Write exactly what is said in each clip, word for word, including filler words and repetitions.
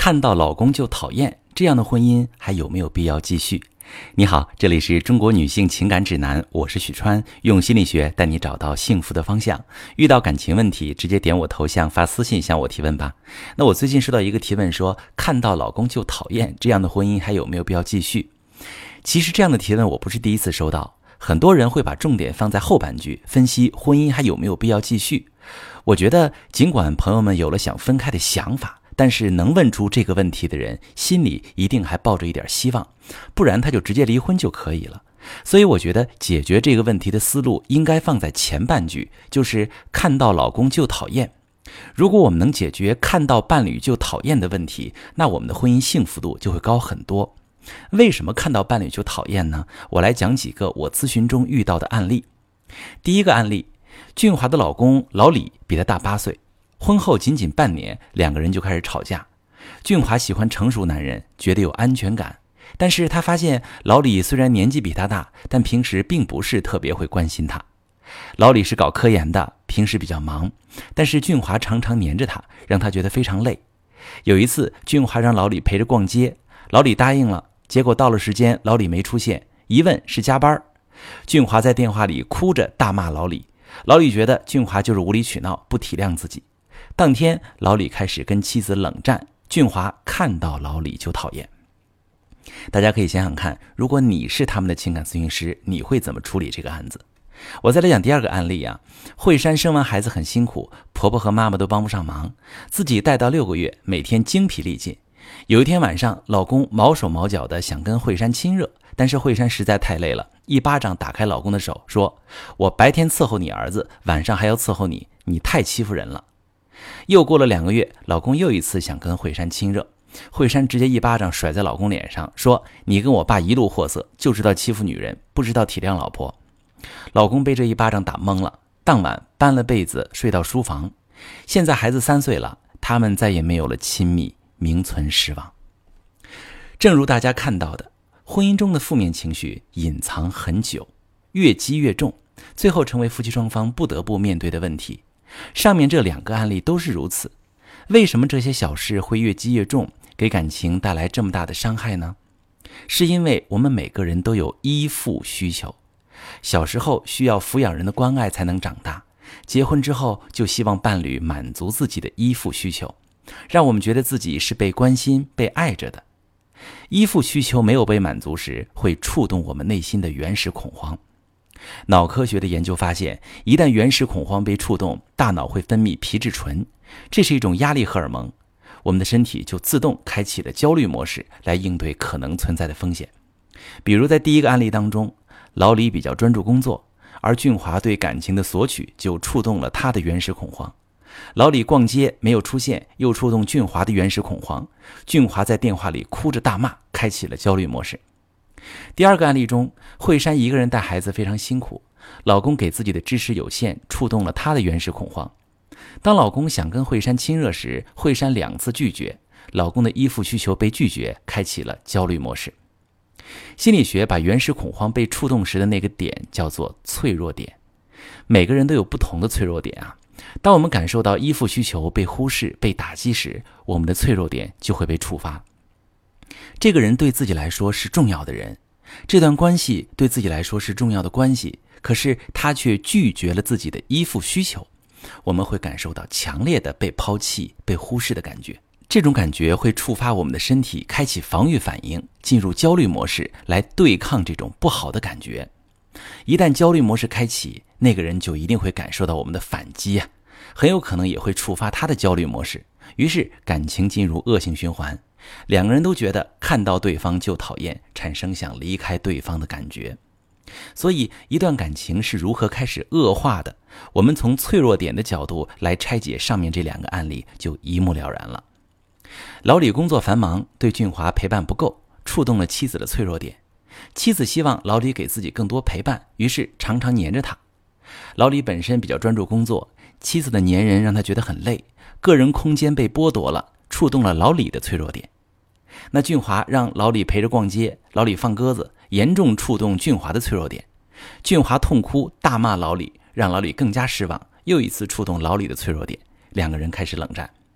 看到老公就讨厌，这样的婚姻还有没有必要继续？你好，这里是中国女性情感指南，我是许川，用心理学带你找到幸福的方向。遇到感情问题，直接点我头像发私信向我提问吧。那我最近收到一个提问说，看到老公就讨厌，这样的婚姻还有没有必要继续？其实这样的提问我不是第一次收到，很多人会把重点放在后半句，分析婚姻还有没有必要继续。我觉得尽管朋友们有了想分开的想法，但是能问出这个问题的人心里一定还抱着一点希望，不然他就直接离婚就可以了。所以我觉得解决这个问题的思路应该放在前半句，就是看到老公就讨厌。如果我们能解决看到伴侣就讨厌的问题，那我们的婚姻幸福度就会高很多。为什么看到伴侣就讨厌呢？我来讲几个我咨询中遇到的案例。第一个案例，俊华的老公老李比他大八岁，婚后仅仅半年，两个人就开始吵架。俊华喜欢成熟男人，觉得有安全感，但是他发现老李虽然年纪比他大，但平时并不是特别会关心他。老李是搞科研的，平时比较忙，但是俊华常常黏着他，让他觉得非常累。有一次，俊华让老李陪着逛街，老李答应了，结果到了时间，老李没出现，一问是加班。俊华在电话里哭着大骂老李，老李觉得俊华就是无理取闹，不体谅自己。当天老李开始跟妻子冷战，俊华看到老李就讨厌。大家可以想想看，如果你是他们的情感咨询师，你会怎么处理这个案子？我再来讲第二个案例啊，慧珊生完孩子很辛苦，婆婆和妈妈都帮不上忙，自己带到六个月，每天精疲力尽。有一天晚上，老公毛手毛脚的想跟慧珊亲热，但是慧珊实在太累了，一巴掌打开老公的手，说：我白天伺候你儿子，晚上还要伺候你，你太欺负人了。又过了两个月，老公又一次想跟慧珊亲热，慧珊直接一巴掌甩在老公脸上，说：你跟我爸一路货色，就知道欺负女人，不知道体谅老婆。老公被这一巴掌打懵了，当晚搬了被子睡到书房。现在孩子三岁了，他们再也没有了亲密，名存实亡。正如大家看到的，婚姻中的负面情绪隐藏很久，越积越重，最后成为夫妻双方不得不面对的问题。上面这两个案例都是如此。为什么这些小事会越积越重，给感情带来这么大的伤害呢？是因为我们每个人都有依附需求。小时候需要抚养人的关爱才能长大，结婚之后就希望伴侣满足自己的依附需求，让我们觉得自己是被关心、被爱着的。依附需求没有被满足时，会触动我们内心的原始恐慌。脑科学的研究发现，一旦原始恐慌被触动，大脑会分泌皮质醇，这是一种压力荷尔蒙，我们的身体就自动开启了焦虑模式，来应对可能存在的风险。比如在第一个案例当中，老李比较专注工作，而俊华对感情的索取就触动了他的原始恐慌。老李逛街没有出现，又触动俊华的原始恐慌，俊华在电话里哭着大骂，开启了焦虑模式。第二个案例中，慧珊一个人带孩子非常辛苦，老公给自己的支持有限，触动了她的原始恐慌。当老公想跟慧珊亲热时，慧珊两次拒绝，老公的依附需求被拒绝，开启了焦虑模式。心理学把原始恐慌被触动时的那个点叫做脆弱点。每个人都有不同的脆弱点啊。当我们感受到依附需求被忽视、被打击时，我们的脆弱点就会被触发。这个人对自己来说是重要的人，这段关系对自己来说是重要的关系，可是他却拒绝了自己的依附需求，我们会感受到强烈的被抛弃、被忽视的感觉。这种感觉会触发我们的身体开启防御反应，进入焦虑模式来对抗这种不好的感觉。一旦焦虑模式开启，那个人就一定会感受到我们的反击啊，很有可能也会触发他的焦虑模式，于是感情进入恶性循环，两个人都觉得看到对方就讨厌，产生想离开对方的感觉。所以一段感情是如何开始恶化的，我们从脆弱点的角度来拆解上面这两个案例就一目了然了。老李工作繁忙，对俊华陪伴不够，触动了妻子的脆弱点。妻子希望老李给自己更多陪伴，于是常常黏着他。老李本身比较专注工作，妻子的黏人让他觉得很累，个人空间被剥夺了，触动了老李的脆弱点。那俊华让老李陪着逛街，老李放鸽子，严重触动俊华的脆弱点。俊华痛哭大骂老李，让老李更加失望，又一次触动老李的脆弱点，两个人开始冷战。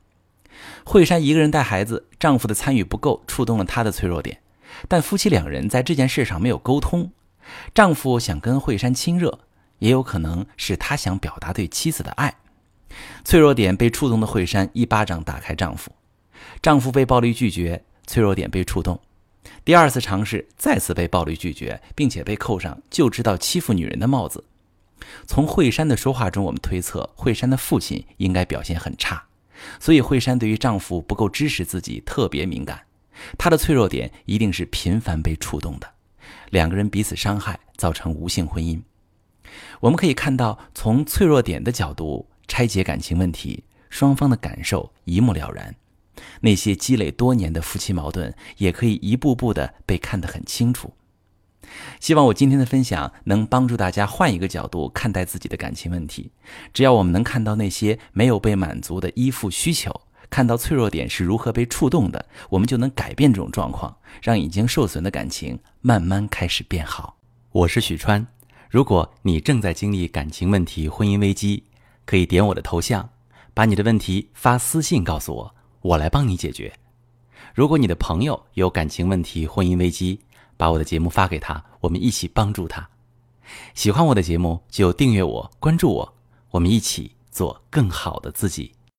慧珊一个人带孩子，丈夫的参与不够，触动了她的脆弱点，但夫妻两人在这件事上没有沟通。丈夫想跟慧珊亲热，也有可能是他想表达对妻子的爱。脆弱点被触动的慧珊一巴掌打开丈夫，丈夫被暴力拒绝，脆弱点被触动。第二次尝试再次被暴力拒绝，并且被扣上就知道欺负女人的帽子。从慧珊的说话中，我们推测慧珊的父亲应该表现很差，所以慧珊对于丈夫不够支持自己特别敏感，她的脆弱点一定是频繁被触动的，两个人彼此伤害，造成无性婚姻。我们可以看到，从脆弱点的角度拆解感情问题，双方的感受一目了然，那些积累多年的夫妻矛盾也可以一步步地被看得很清楚。希望我今天的分享能帮助大家换一个角度看待自己的感情问题。只要我们能看到那些没有被满足的依附需求，看到脆弱点是如何被触动的，我们就能改变这种状况，让已经受损的感情慢慢开始变好。我是许川，如果你正在经历感情问题、婚姻危机，可以点我的头像，把你的问题发私信告诉我，我来帮你解决。如果你的朋友有感情问题、婚姻危机，把我的节目发给他，我们一起帮助他。喜欢我的节目就订阅我、关注我，我们一起做更好的自己。